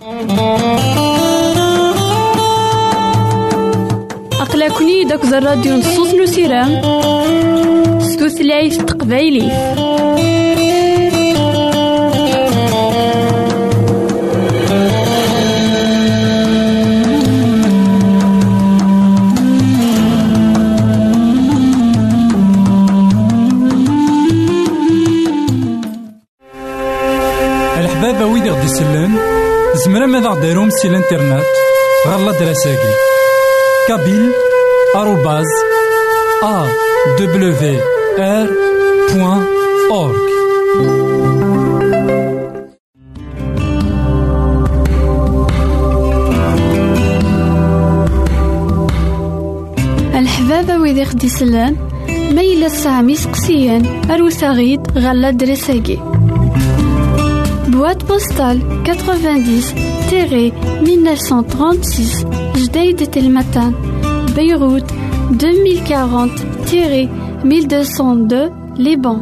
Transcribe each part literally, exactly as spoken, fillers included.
أقلكني داك الراديو نصوص نسيران ستوثلايف تقبايلي. الحبابة ويدي غدي يسلم زمرا ماذا غديرهم سي الانترنت غالا دراساكي كابيل آروباز أ دبليو آر بوان أورك. الحبابة ويدي غدي يسلم ميلا سامي سقسيان أروساغيد غالا دراساكي boîte postale quatre-vingt-dix mille neuf cent trente-six Jdeïd Telmatan Beyrouth deux mille quarante mille deux cent deux Liban.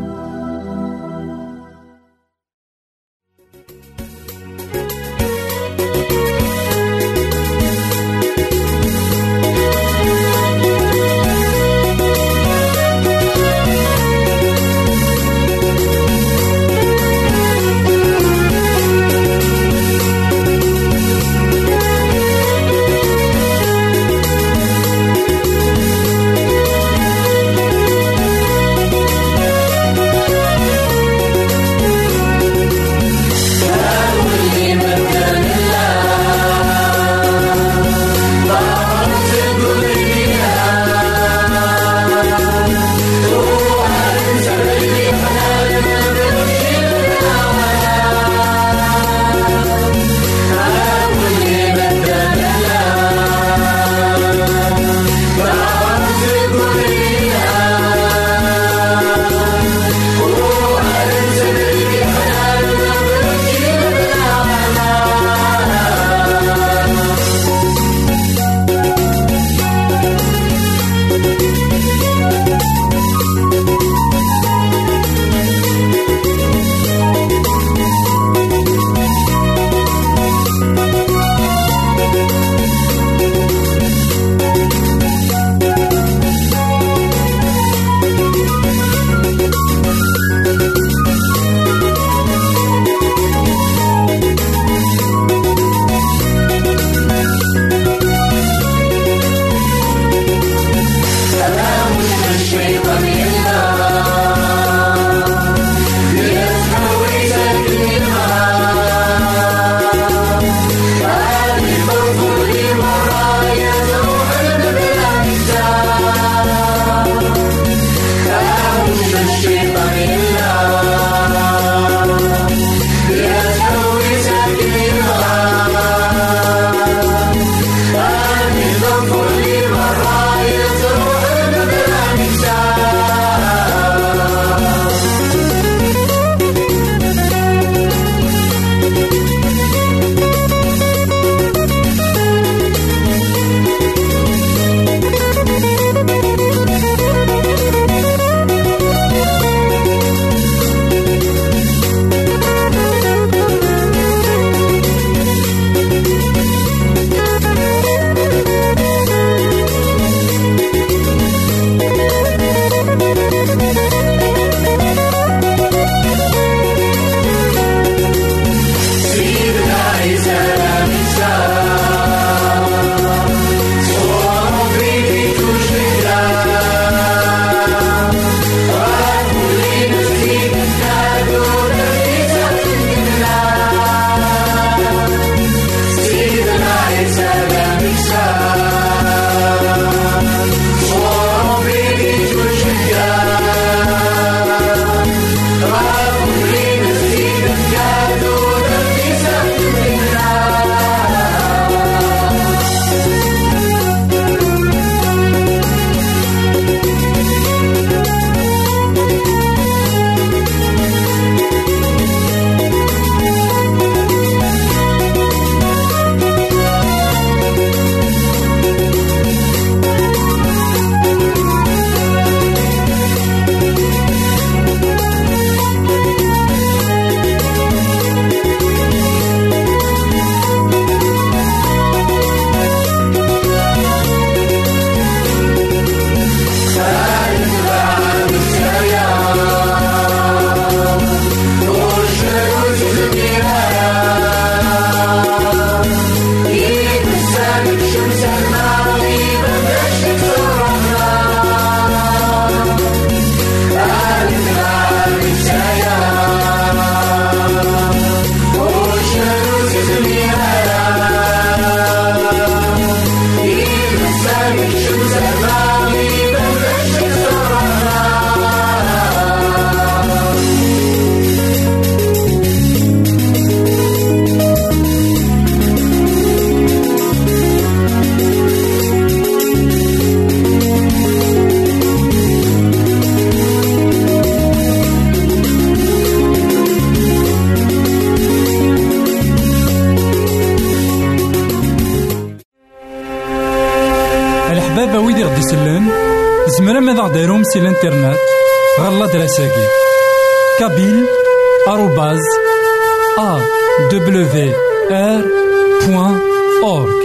زمرا ماذا غديرهم سي الانترنت غالا دراساكي كابيل آروباز أ دبليو آر بوان أورك.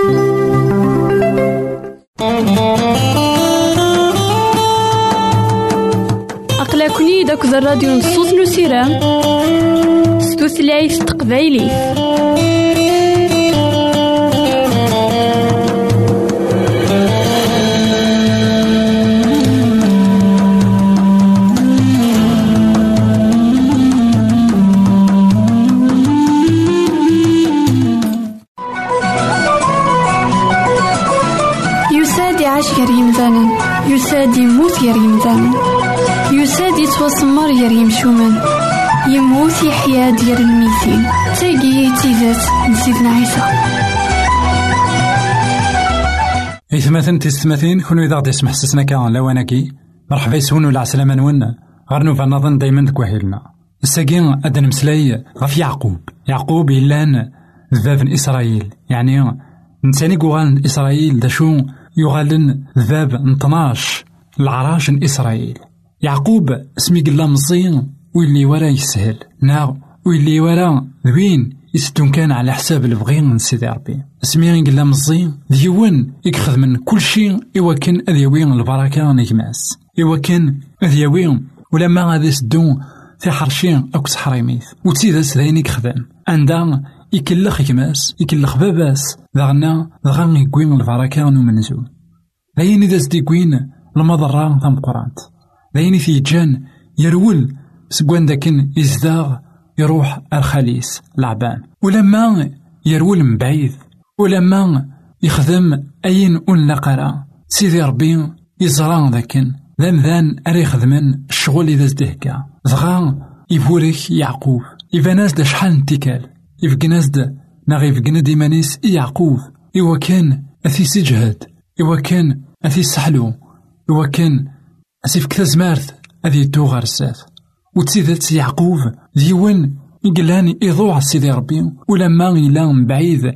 أقلكني داك الراديو نصوص نسيرام ستوثلايف تقبايلي. يعيش يريم ذنن يساد يموت يريم ذنن يساد يتوسمر يريم شومن يموت يحيا ديال الميتين تاقي تيزات نسيدنا عيسى. إثماثن تستماثين كونو إذا غدي يسمح سسنا كان لواناكي مرحبا يسون ولا عسلامة نونا غير نوفا نظن دايما دكواهيلنا الساقين أدن مسلاي غف يعقوب يعقوب إلان ذباب إسرائيل يعني نتاني قوغان إسرائيل دا شو يغالن ذباب نطناش العراش إسرائيل. يعقوب اسمي قلا مزين ويلي ورا يسهل نا ويلي ورا ذوين يستون كان على حساب البغين من سيدي ربي اسمي قلا مزين ديون يكخذ من كل شيء إوكن أذيوين البركة نجماس إوكن أذيوين ولما غادي يسدون في حرشين أو سحريميث وتيدس ذاين يكخذن عندها يكلخ يكماس يكلخ باباس ذغنا ذغن يقوين البركة نمنزو ذاين إذا سديقوين المضرة ثم قرانت ذاين في جان يرول سقوان داكن يزداغ يروح الخليس لعبان ولما يرول من بعيد ولما يخدم أين أون لقرا سيدي ربي يزران ذاكن ذم ذان أريخذ من الشغل إذا زدهكا ذغان يفوريك يعقوب يفناز دا شحال نتكال يفقناز دا ناغي يفقنا ديمانيس يعقوب إوا كان أثي سجهد إوا كان أثي سحلو إوا كان أسيف كتازمارث أذي يدو غرسات وتسيدت يعقوب ديوان يقلاني إضوع سيدي ربي ولما إلا من بعيد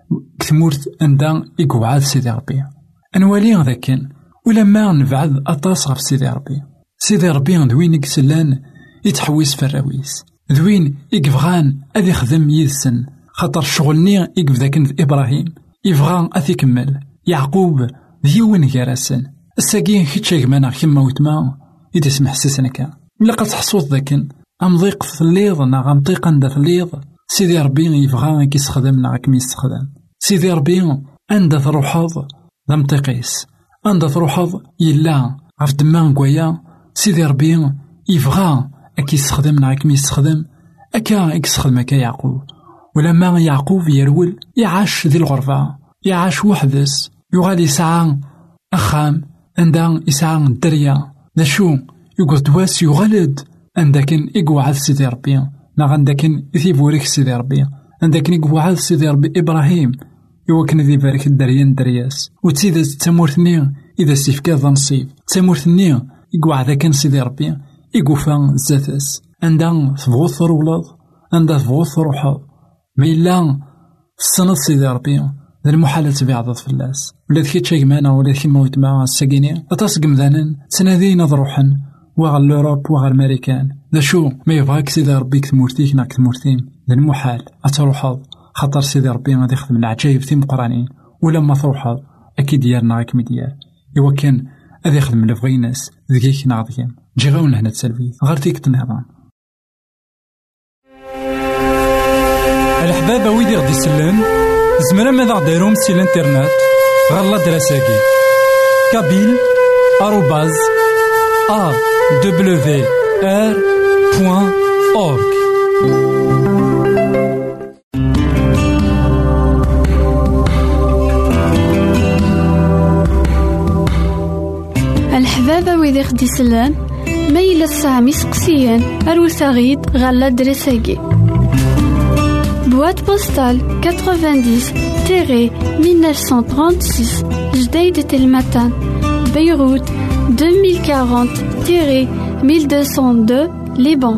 كثمورت أندا يقوعاد سيدي ربي أنوالي ذاكن ولما نبعد أطاس غف سيدي ربي سيدي ربي دوين يكسلان يتحويس في الراويس دوين يقفغان أذي خدم يدسن خاطر شغلني يقف ذاكن في إبراهيم يفغان أثي كمل يعقوب ديوان جراسن الساقين كيتشاق مانا كيما وتما إذا سمح سيسنا كان ملقا تحصوت ذاكن أم ضيق في الليض نا غام ضيقا دا في الليض سيدي ربي يبغى كيستخدم نا كيما يستخدم سيدي ربي عند تروحض ذا مطيقيس عند تروحض يلا عف دمان كوايا سيدي ربي يبغى أكي يستخدم نا كيما يستخدم أكا يستخدم أكا يعقوب ولما يعقوب يرول يعاش ذي الغرفة يعاش وحدس يغادي يسعى أخام عندها يسعى الدريا ذا شو يقول دواس يغلد عندكن يقوعد سيدي ربي نا عندكن يثيبوريك سيدي ربي عندكن يقوعد سيدي ربي إبراهيم يوكن ذي بارك الدريان درياس وتسيد تمورثني إذا سيفكا ذا نصيب تمورثني يقوعد كان سيدي ربي يقوفا زاتس عندها ثبوث رولاد عندها ثبوث روحا ما إلا السنة سيدي ربي ذا المحالة تبيعضت في اللاس ولا ذكي تشاق مانا ولا ذكي موت مع الساقيني أتاسق مذانا سنادين أضروحا وغا الأوروب وغا الأمريكان ذا شو ما يبغاك سيدي ربي كثمورتيك ناك كثمورتين ذا المحال أتروحض خاطر سيدي ربي غادي يخدم العجايب ثيم قرانين ولما تروحض أكيد ديالنا غاك مديال إوا كان غادي يخدم اللي بغا يناس ذكيك ناضيين جي غاون هنا تسلفيت غير تيك تنهضان الحبابة ويدي غدي يسلم زمرا ماذا غديرهم سي الانترنت غالا دراساكي كابيل آروباز أ دبليو آر بوان أورك. الحبابة ويدي غدي يسلم ما إلا الساعة سقسيان أروساغيد غالا دراساكي boîte postale quatre-vingt-dix mille neuf cent trente-six Jdeï Telmatan Beyrouth deux mille quarante mille deux cent deux Liban.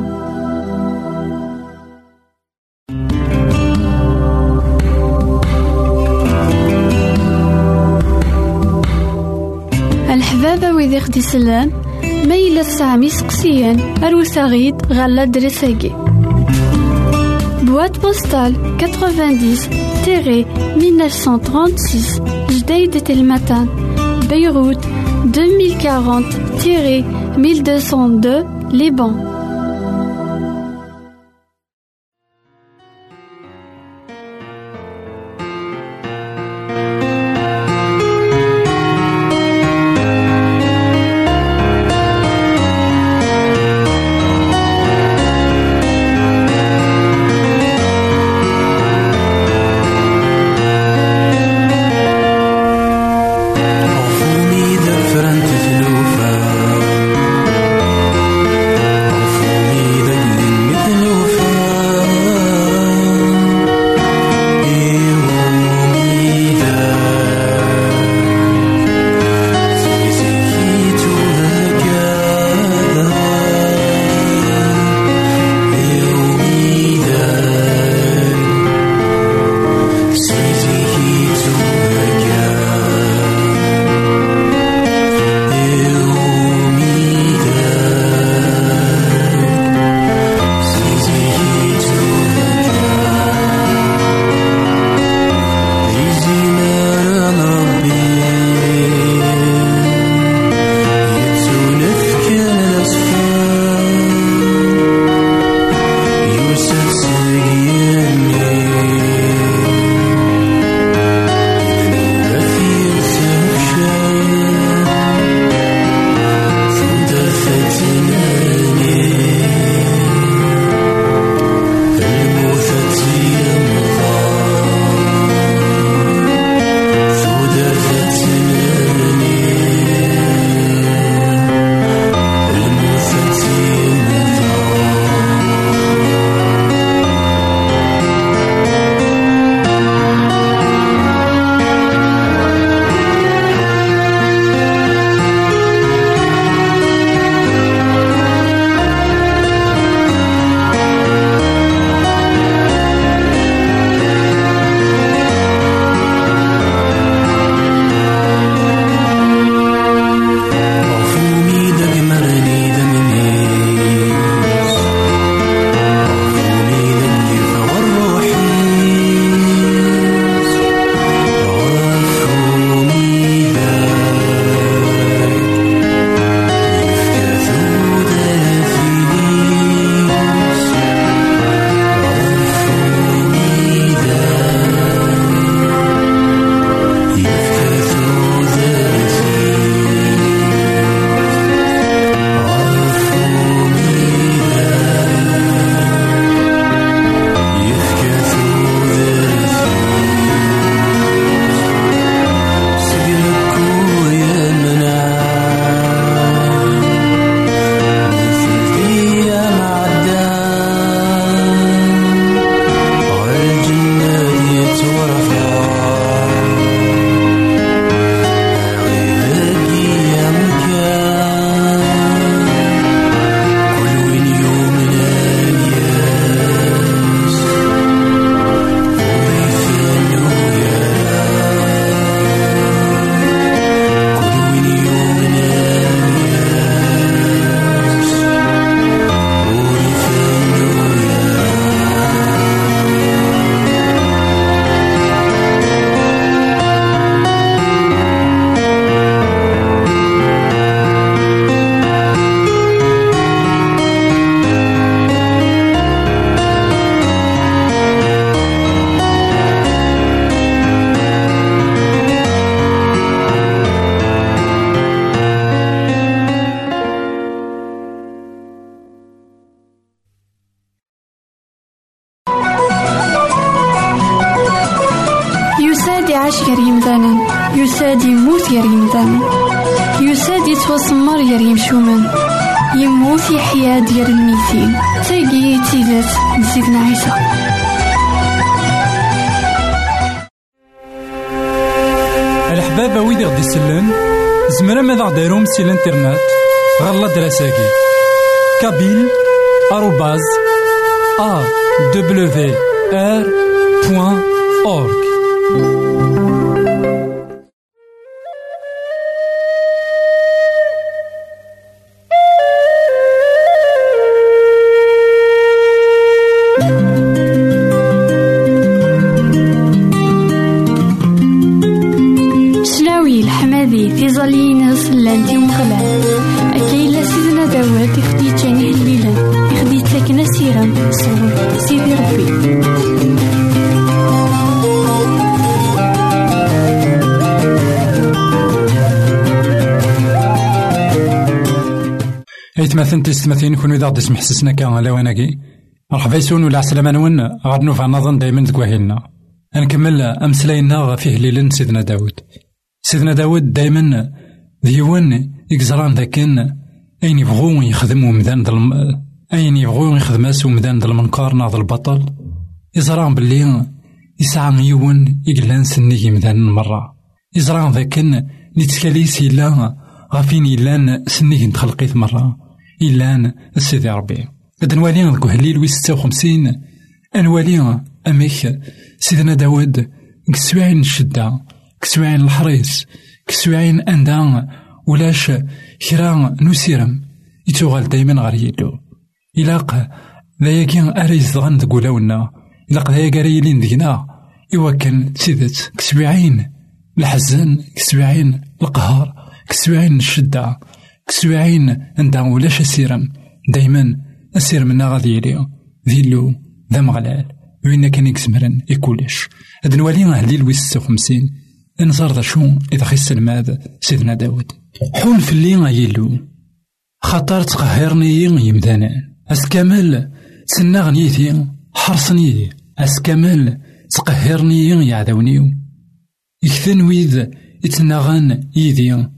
الحبابة ويدي خدي سلان ميلا سامي سقسيان أروسا غيد غالا دريساكي. Boîte postale quatre-vingt-dix mille neuf cent trente-six Jdeïdet El Matan, Beyrouth deux mille quarante mille deux cent deux Liban. يعيش غير يمثالا، يساد يموت غير يمثالا، يساد يتوسمر غير يمشومان، يموت يحيا ديال الميتين. تاقي تيلات نسيتنا عيسى. الحبابة ويدي غدي يسلن زمرا ماذا غديرهم سي الانترنت غالا دراساكي كابيل آروباز أ دبليو آر بوان أورك. دي تيزالينس لانتي مغلال أكي لا سيدنا داود يخدي تاني هليلا يخدي تاكنا سيرا صور سيدي ربي. ايت مثلا تستمثين كون إذا غدي سمح سسنا كان لواناكي مرحبا يسون ولا عسلامة نون غاد نوفا نظن دايما تكواهيلنا نكمل أمسلاينا فيه ليلن سيدنا داود. سيدنا داود دايما ديوان يكزران ذاكن أين يبغون يخدموا مدان دل أين يبغون يخدماسو مدان دل المنكار ناض البطل يزران باللي يسعى يوان يقلان سني مدان مرة يزران ذاكن نتكاليس إلا غافين إلان سني نتخلقيت مرة إلان السيدي ربي قد نوالي نقول هليل وي ستة وخمسين أنوالي أميك سيدنا داود كسوعين الشدة كسوعين الحريص كسوعين أندان ولاش كرا نسيرم يتوغل دايما غير يلو إلاق ذايكين أريز غان تقولونا إلاق ذايك ريلين دينا إوا كان سيدت كسوعين الحزن كسوعين القهر كسوعين الشدة كسوعين أندان ولاش سيرم دايما السير منا غادي يليو ذيلو ذا مغلال وين كان يكسمرن يكولش هاد نوالي هليل وي ستة وخمسين انظر ذا شو إذا خيس الماذا سيدنا داود حول في اللي غيلو خطر تقهرني يمدانا أسكامل تسنى غنيتي حرصني أسكامل تقهرني يعدونيو يكثن ويذ يتنغان يدي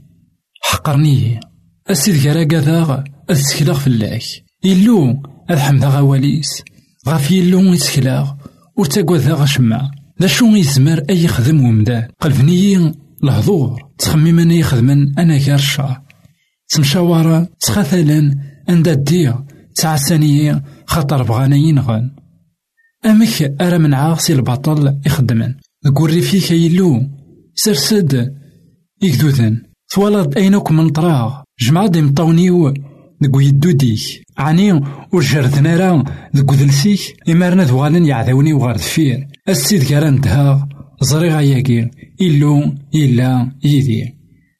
حقرني أسيد كراكا ذا أسكلاغ في الله إلو الحمد غواليس غاف يلو يتكلاغ ورتاقوذ ذا غشمع ذا شو يزمر أي يخدم ومدان قلبني الهضور تخميمني يخدمن أنا كارشا تمشاورا تخاثلا أندا الديا تعسانية خطر بغانيين غان أمك أرى من عاصي البطل يخدمن قولي فيك يلو سرسد يكدوذن ثوالد أينوك من طراغ جمع دي مطونيو نقو يدو ديك عني ورجردنا راه نقو ذلسيك إمارنا ذوالن يعذوني وغار دفير السيد كاران دها زريغا ياكي إلو إلا يدي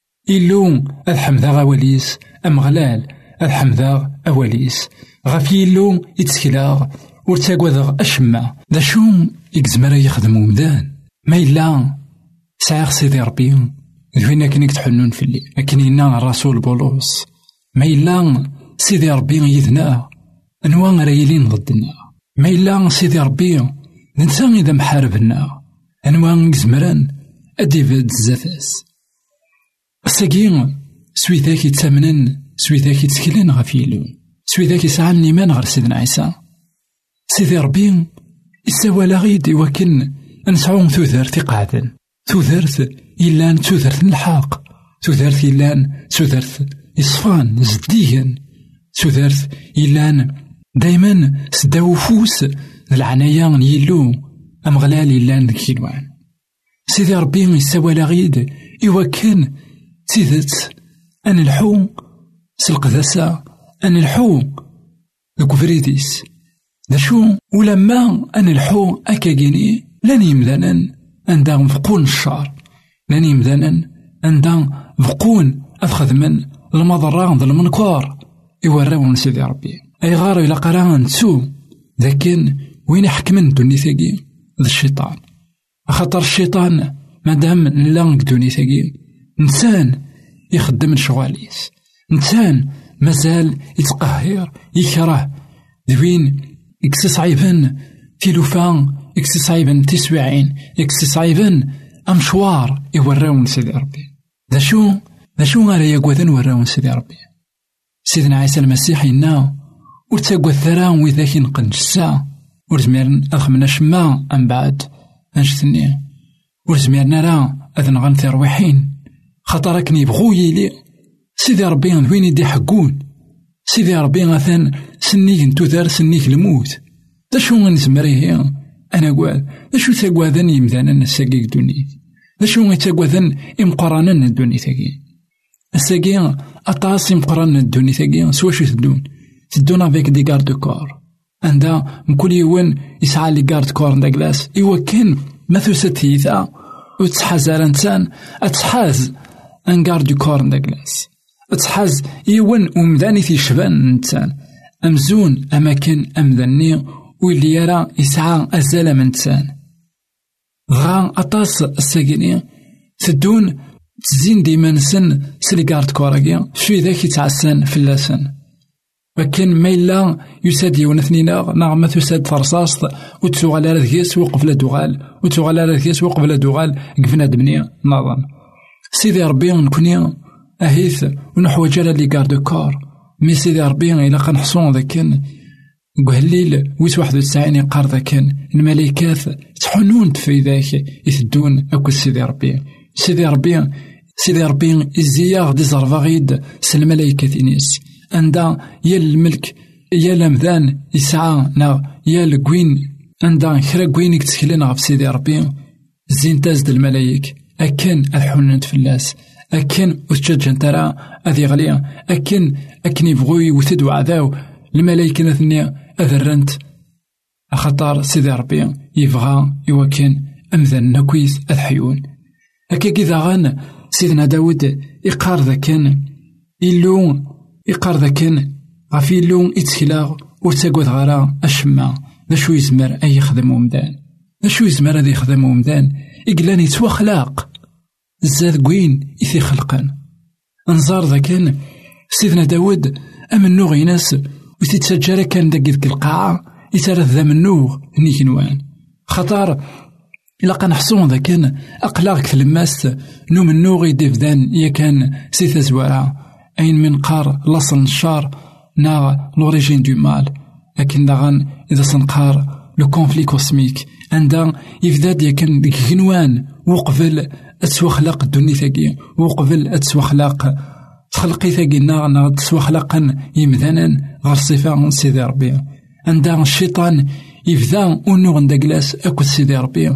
إلو الحمد غواليس أم غلال الحمد أواليس غافي إلو يتسكلاغ ورتاقوذ أشما ذا شو يكزمرا يخدمو مدان ما إلا سعيغ سيدي ربي ذوينا كنك تحنون في اللي لكن إنا الرسول بولوس ما إلا سيدي ربي يذنا أنواع رايلين ضدنا ما إلا سيدي ربي ننسى إذا محاربنا أنواع زمران أديفد الزفاس الساقين سويتاك يتسامنن سويتاك يتسكلن غفيلو سويتاك يسعى النيمان غير سيدنا عيسى سيدي ربي يساوى غيد وكن نسعون ثوثرت قاعدا ثوثرت إلا ثوثرت الحاق ثوثرت إلا ثوثرت إصفان زديا ثوثرت إلا دايما سداو فوس العنايا يلو أم غلال إلا نكيلوان سيدي ربي يساوى غيد إوا كان تيدت أن الحو سلقذاسا أن الحو لكفريديس دا شو ولما أن الحو أكاكيني لن يمدانا أندا فقون الشار لن يمدانا أندا فقون أفخذ من المضران ذا المنكار يوراون سيدي ربي أي غار إلى قران تسو لكن وين حكمن دوني ثقي ذا الشيطان خطر الشيطان مادام نلانك دوني ثقي إنسان يخدم الشغاليس إنسان مازال يتقهر يكره دوين إكسي صعيبا تيلوفان إكسي صعيبا تسويعين إكسي صعيبا أمشوار يوراون سيدي ربي ذا شو ذا شو غالا يقوذن وراون سيدي ربي سيدنا عيسى المسيح ينا ورتاقوى الثران وذاك نقنج الساعة ورزميرن أخمنا شما أم بعد أنشتني ورزميرنا راه أذن غنثي رويحين خطركني بغوي لي سيدي ربي وين يدي حقون سيدي ربي غاثان سنيك نتو دار سنيك الموت دا شو غنزمريه أنا قوال دا شو تاقوذن يمدانا نساقيك دونيت دا شو تاقوذن إمقرانا الدوني ثاقين الساقين أطاس إمقرانا الدوني ثاقين سوا شو تدون تدون افيك دي غارد كور عندها مكل يوان يسعى لي غارد كور دا كلاس إوا كان مثل ستيثا وتسحاز انسان اتسحاز انكار دو كور نداكلاس تحاز يوان ومداني في شبان نتسان أمزون أماكن أمذني واللي يرى يسعى أزال من تسان غا أطاس الساقيني تدون تزين ديما نسن سليقارد كوراكي شوي ذاك يتعسان في اللسان ولكن ما إلا يساد يونثنينا نعم تساد فرصاص وتسوغال على ذكيس وقفل دوغال وتسوغال على ذكيس وقفل دوغال قفنا دبني نظام سيدي ربي نكوني أهيث ونحوج على لي كارد كور مي سيدي ربي إلا قنحصون ذاكن قهليل ويس واحد وتسعين يقار ذاكن الملايكات تحنون في ذاك يثدون أكو سيدي ربي سيدي ربي سيدي ربي إزياغ دي زرفاغيد سالملايكة تينيس عندها يا الملك يا لمذان يسعى نا يا الكوين عندها خرا كوينك تسكلين غف سيدي ربي زين تازد الملايك أكن أحننت في اللاس أكن وتشجن ترى أذي غليا أكن أكن يبغوي وثدو عذاو الملايكة نثني أذرنت أخطار سيدي ربي يبغى يوكن أمذن نكويس الحيون أكا كذا غان سيدنا داود إقار ذاكن إلو إقار ذاكن غفي إلو إتسكلاغ وتساقوذ غرا أشما ذا شو يزمر أي يخدمو مدان ذا شو يزمر أذي يخدمو مدان إقلان يتوا خلاق زاد قوين إثي خلقان انظار ذاكن سيدنا داود أمنو غيناس وتتسجر كان داك ذيك القاعة يترث ذا منوغ نيكنوان خطار إلا قنحصون ذا كان أقلاغك في الماس نو منوغ يدفدان يا كان سيث زوارا أين من قار لصل الشار نا لوريجين دو مال لكن داغن إذا سنقار لو كونفلي كوسميك عندها يفداد يا كان ديك غنوان وقبل أتسوى خلاق الدنيا ثاقي وقبل أتسوى خلاق خلقي ثاقي نا نا تسوى خلاقا يمذانا غير صفة سيدي ربي عندها الشيطان يفدا ونو غنداكلاس أكو سيدي ربي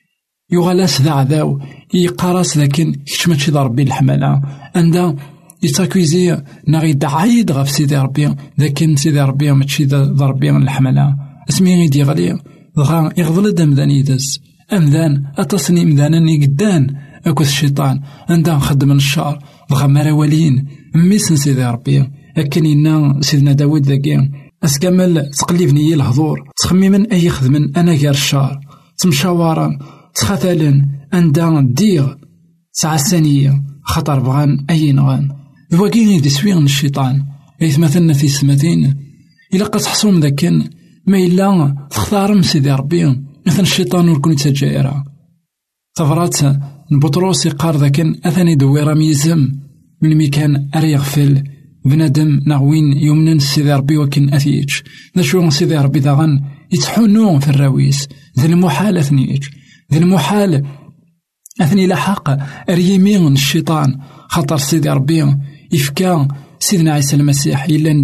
يغلاس ذا عذاو يقارس لكن كش ماشي ذا ربي الحمالة عندها يتاكويزي ناغي دعايد غف سيدي ربي لكن سيدي ربي ماشي ذا ربي الحمالة اسمي غيدي غالي غا يغضل دم ذاني داس أمذان أتصني مذانني قدان أكو الشيطان عندها خدم الشعر غا مراولين ميسن سيدي ربي لكن إنا سيدنا داود ذاكي أسكمل تقليبني الهضور تخمي من أي خدمن أنا غير الشعر تمشاورا تخاثلن عندها ديغ سعسانية خطر بغان أي نغان ذواكين يدي سويغن الشيطان إذ مثلنا في سمتين إلا قد حصوم ذاكن ما إلا تختارم سيدي ربي مثل الشيطان وركون يتجايرا تفرات نبطروس يقار ذاكن أثني دويرا ميزم من ميكان أريغفل بنادم نغوين يمنن سيدي ربي وكن أثيج نشوغن سيدي ربي داغن يتحنون في الراويس ذي المحال أثنيج ذي المحال أثني لحق أريمين الشيطان خطر سيدي ربي يفكا سيدنا عيسى المسيح إلا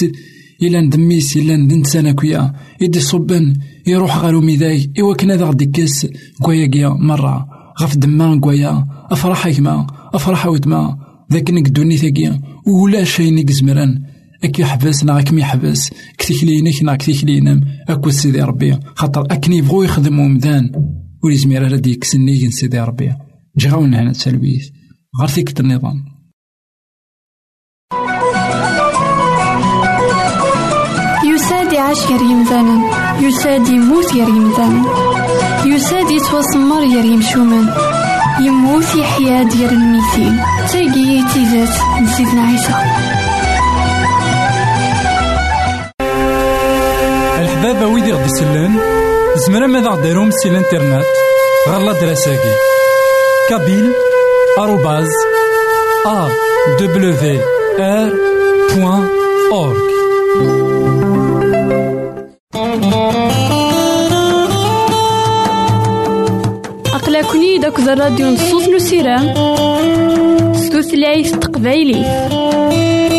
إلا ندميس إلا ندنسانا كويا يدي صبن يروح غالو ميداي إوا كنا ذا غدي كيس كويا مرة غف دمان كويا أفرح كما أفرح وتما ذاك نقدوني ثقيا ولا شي نقزمران أكي حبس نا أكمي حبس كتيكلينك نا كتيكلينم أكو سيدي ربي خاطر أكني بغو يخدمو مدان وليزمير على ديك سنيك سيدي ربي جاون هنا تسلويث غير فيك النظام يساد يعيش يريم ذانا يساد يموت يريم ذانا يساد يتوسمر يريم شومان يموت يحيا ديال الميتين تاقي تيزات نسيدنا عيسى. الحبابة ويدي غدي سلان زمرا ماذا غديرهم سي الانترنت غالا دراساكي كابيل آروباز أ دبليو آر بوان أورك. أقلكني داك الراديو نصوص نسيران ستوثلايف تقبايلي.